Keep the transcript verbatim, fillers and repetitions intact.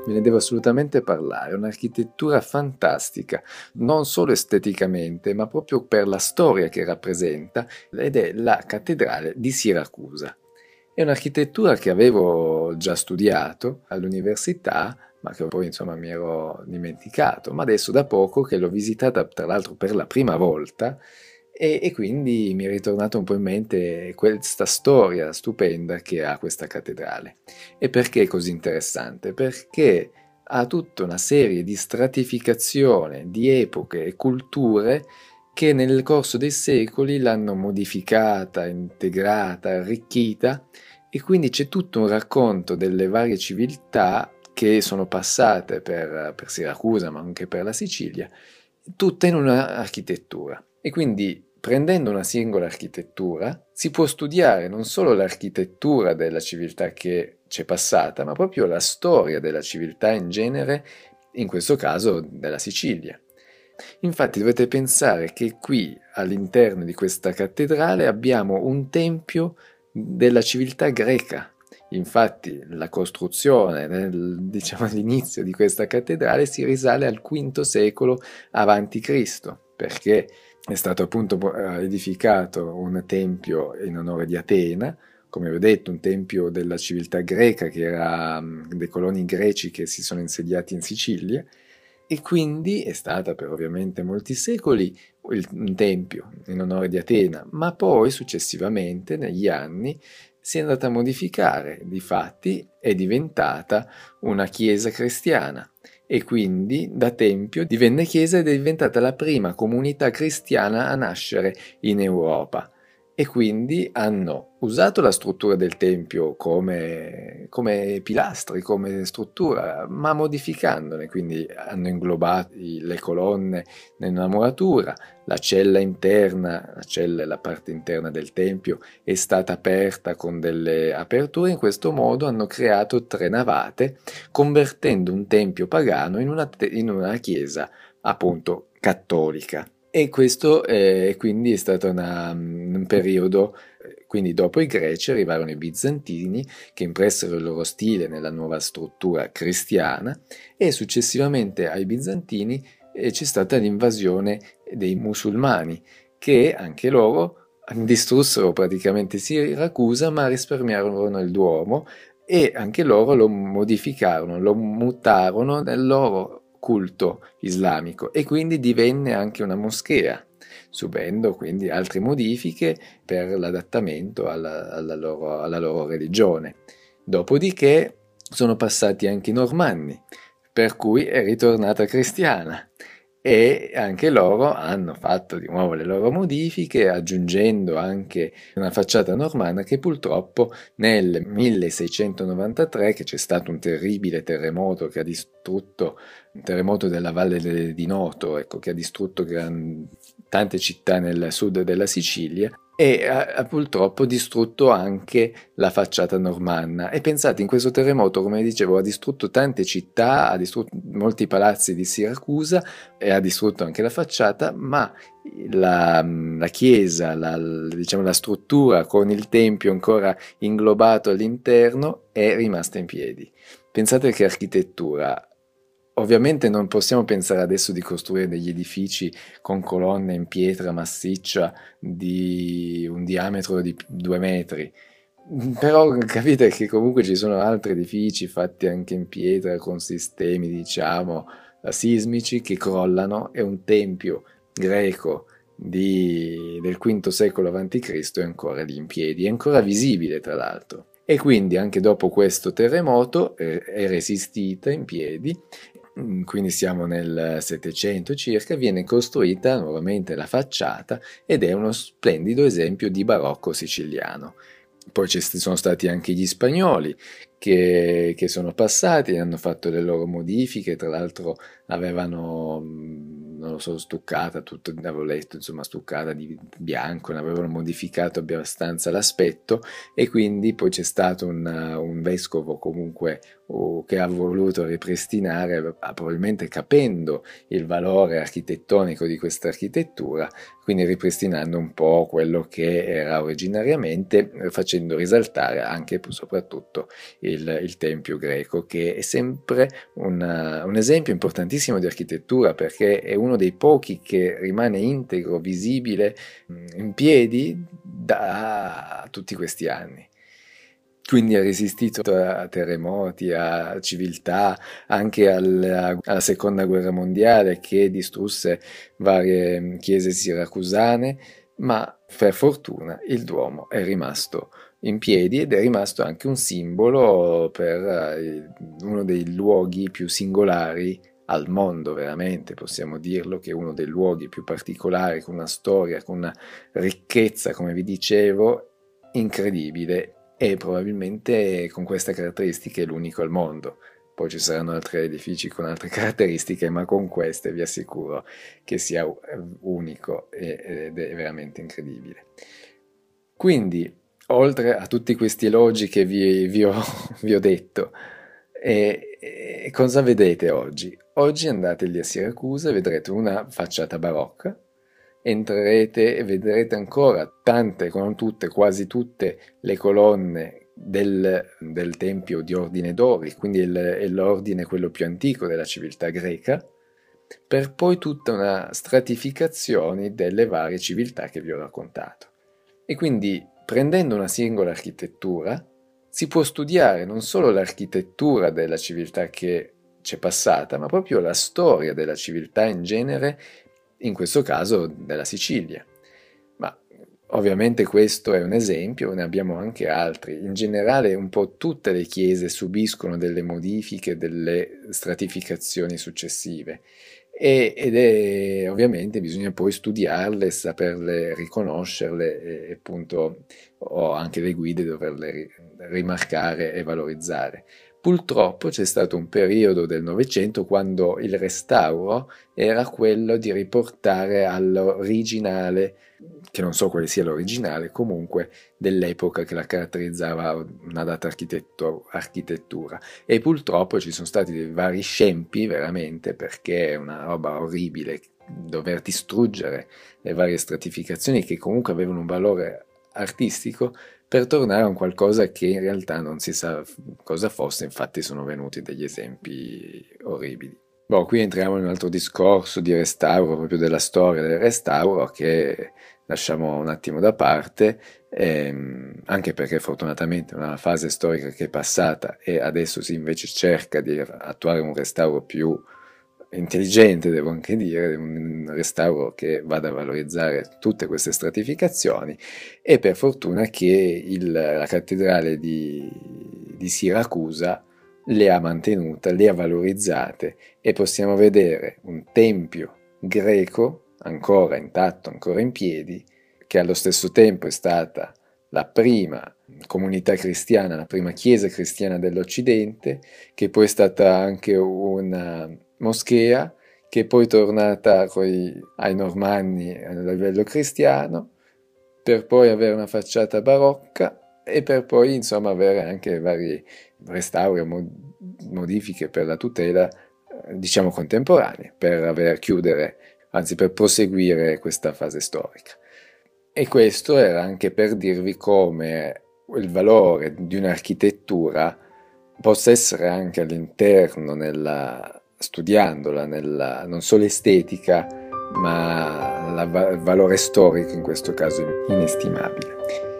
me ne devo assolutamente parlare, è un'architettura fantastica, non solo esteticamente, ma proprio per la storia che rappresenta, ed è la cattedrale di Siracusa. È un'architettura che avevo già studiato all'università, ma che poi insomma mi ero dimenticato, ma adesso da poco che l'ho visitata tra l'altro per la prima volta e, e quindi mi è ritornata un po' in mente questa storia stupenda che ha questa cattedrale. E perché è così interessante? Perché ha tutta una serie di stratificazione di epoche e culture che nel corso dei secoli l'hanno modificata, integrata, arricchita e quindi c'è tutto un racconto delle varie civiltà che sono passate per, per Siracusa, ma anche per la Sicilia, tutte in un'architettura. E quindi prendendo una singola architettura si può studiare non solo l'architettura della civiltà che c'è passata, ma proprio la storia della civiltà in genere, in questo caso della Sicilia. Infatti dovete pensare che qui all'interno di questa cattedrale abbiamo un tempio della civiltà greca. Infatti la costruzione, nel, diciamo all'inizio di questa cattedrale si risale al quinto secolo avanti Cristo, perché è stato appunto edificato un tempio in onore di Atena, come vi ho detto, un tempio della civiltà greca che era dei coloni greci che si sono insediati in Sicilia, e quindi è stata per ovviamente molti secoli un tempio in onore di Atena, ma poi successivamente negli anni si è andata a modificare, difatti è diventata una chiesa cristiana e quindi da tempio divenne chiesa ed è diventata la prima comunità cristiana a nascere in Europa. E quindi hanno usato la struttura del tempio come, come pilastri, come struttura, ma modificandone, quindi hanno inglobato le colonne nella muratura, la cella interna, la cella è la parte interna del tempio, è stata aperta con delle aperture, in questo modo hanno creato tre navate, convertendo un tempio pagano in una, in una chiesa appunto cattolica. E questo eh, quindi è stato una, un periodo, quindi dopo i Greci arrivarono i Bizantini che impressero il loro stile nella nuova struttura cristiana e successivamente ai Bizantini eh, c'è stata l'invasione dei musulmani che anche loro distrussero praticamente Siracusa ma risparmiarono il Duomo e anche loro lo modificarono, lo mutarono nel loro culto islamico e quindi divenne anche una moschea, subendo quindi altre modifiche per l'adattamento alla, alla, loro, alla loro religione. Dopodiché sono passati anche i Normanni, per cui è ritornata cristiana e anche loro hanno fatto di nuovo le loro modifiche aggiungendo anche una facciata normanna che purtroppo nel milleseicentonovantatré, che c'è stato un terribile terremoto che ha distrutto un terremoto della Valle di Noto, ecco, che ha distrutto gran, tante città nel sud della Sicilia e ha, ha purtroppo distrutto anche la facciata normanna. E pensate, in questo terremoto, come dicevo, ha distrutto tante città, ha distrutto molti palazzi di Siracusa e ha distrutto anche la facciata, ma la, la chiesa, la, diciamo, la struttura con il tempio ancora inglobato all'interno è rimasta in piedi. Pensate che architettura! Ovviamente non possiamo pensare adesso di costruire degli edifici con colonne in pietra massiccia di un diametro di due metri, però capite che comunque ci sono altri edifici fatti anche in pietra con sistemi, diciamo, sismici che crollano e un tempio greco di, del quinto secolo avanti Cristo è ancora lì in piedi, è ancora visibile tra l'altro. E quindi anche dopo questo terremoto eh, è resistita in piedi, quindi siamo nel Settecento circa, viene costruita nuovamente la facciata ed è uno splendido esempio di barocco siciliano. Poi ci sono stati anche gli spagnoli che, che sono passati e hanno fatto le loro modifiche, tra l'altro avevano, non lo so, stuccata, tutto, avevo letto, insomma, stuccata di bianco, ne avevano modificato abbastanza l'aspetto e quindi poi c'è stato un, un vescovo comunque uh, che ha voluto ripristinare, probabilmente capendo il valore architettonico di questa architettura, quindi ripristinando un po' quello che era originariamente, facendo risaltare anche e soprattutto il, il tempio greco, che è sempre una, un esempio importantissimo di architettura, perché è uno dei pochi che rimane integro, visibile, in piedi da tutti questi anni. Quindi ha resistito a terremoti, a civiltà, anche alla, alla seconda guerra mondiale che distrusse varie chiese siracusane, ma per fortuna il Duomo è rimasto in piedi ed è rimasto anche un simbolo per uno dei luoghi più singolari al mondo, veramente possiamo dirlo, che è uno dei luoghi più particolari, con una storia, con una ricchezza, come vi dicevo, incredibile, e probabilmente con queste caratteristiche è l'unico al mondo. Poi ci saranno altri edifici con altre caratteristiche, ma con queste vi assicuro che sia unico ed è veramente incredibile. Quindi, oltre a tutti questi elogi che vi, vi, ho, vi ho detto, e, e cosa vedete oggi? Oggi andate lì a Siracusa e vedrete una facciata barocca, entrerete e vedrete ancora tante, non tutte, quasi tutte le colonne del, del tempio di ordine dorico, quindi il, è l'ordine quello più antico della civiltà greca, per poi tutta una stratificazione delle varie civiltà che vi ho raccontato. E quindi, prendendo una singola architettura, si può studiare non solo l'architettura della civiltà che c'è passata, ma proprio la storia della civiltà in genere, in questo caso della Sicilia. Ma ovviamente questo è un esempio, ne abbiamo anche altri. In generale un po' tutte le chiese subiscono delle modifiche, delle stratificazioni successive. E, ed è ovviamente bisogna poi studiarle, saperle riconoscerle e appunto ho anche le guide doverle rimarcare e valorizzare. Purtroppo c'è stato un periodo del Novecento quando il restauro era quello di riportare all'originale, che non so quale sia l'originale, comunque dell'epoca che la caratterizzava una data architettura. E purtroppo ci sono stati dei vari scempi, veramente, perché è una roba orribile dover distruggere le varie stratificazioni che comunque avevano un valore artistico per tornare a un qualcosa che in realtà non si sa cosa fosse, infatti sono venuti degli esempi orribili. Boh, qui entriamo in un altro discorso di restauro, proprio della storia del restauro, che lasciamo un attimo da parte, ehm, anche perché fortunatamente è una fase storica che è passata e adesso si invece cerca di attuare un restauro più intelligente, devo anche dire, un restauro che vada a valorizzare tutte queste stratificazioni, e per fortuna che il, la cattedrale di, di Siracusa le ha mantenute, le ha valorizzate, e possiamo vedere un tempio greco ancora intatto, ancora in piedi, che allo stesso tempo è stata la prima comunità cristiana, la prima chiesa cristiana dell'Occidente, che poi è stata anche una moschea, che poi è tornata coi, ai Normanni a livello cristiano, per poi avere una facciata barocca e per poi insomma avere anche vari restauri o modifiche per la tutela, diciamo, contemporanee, per aver chiudere, anzi per proseguire questa fase storica. E questo era anche per dirvi come il valore di un'architettura possa essere anche all'interno, nella, studiandola, nella, non solo estetica, ma il valore storico in questo caso inestimabile.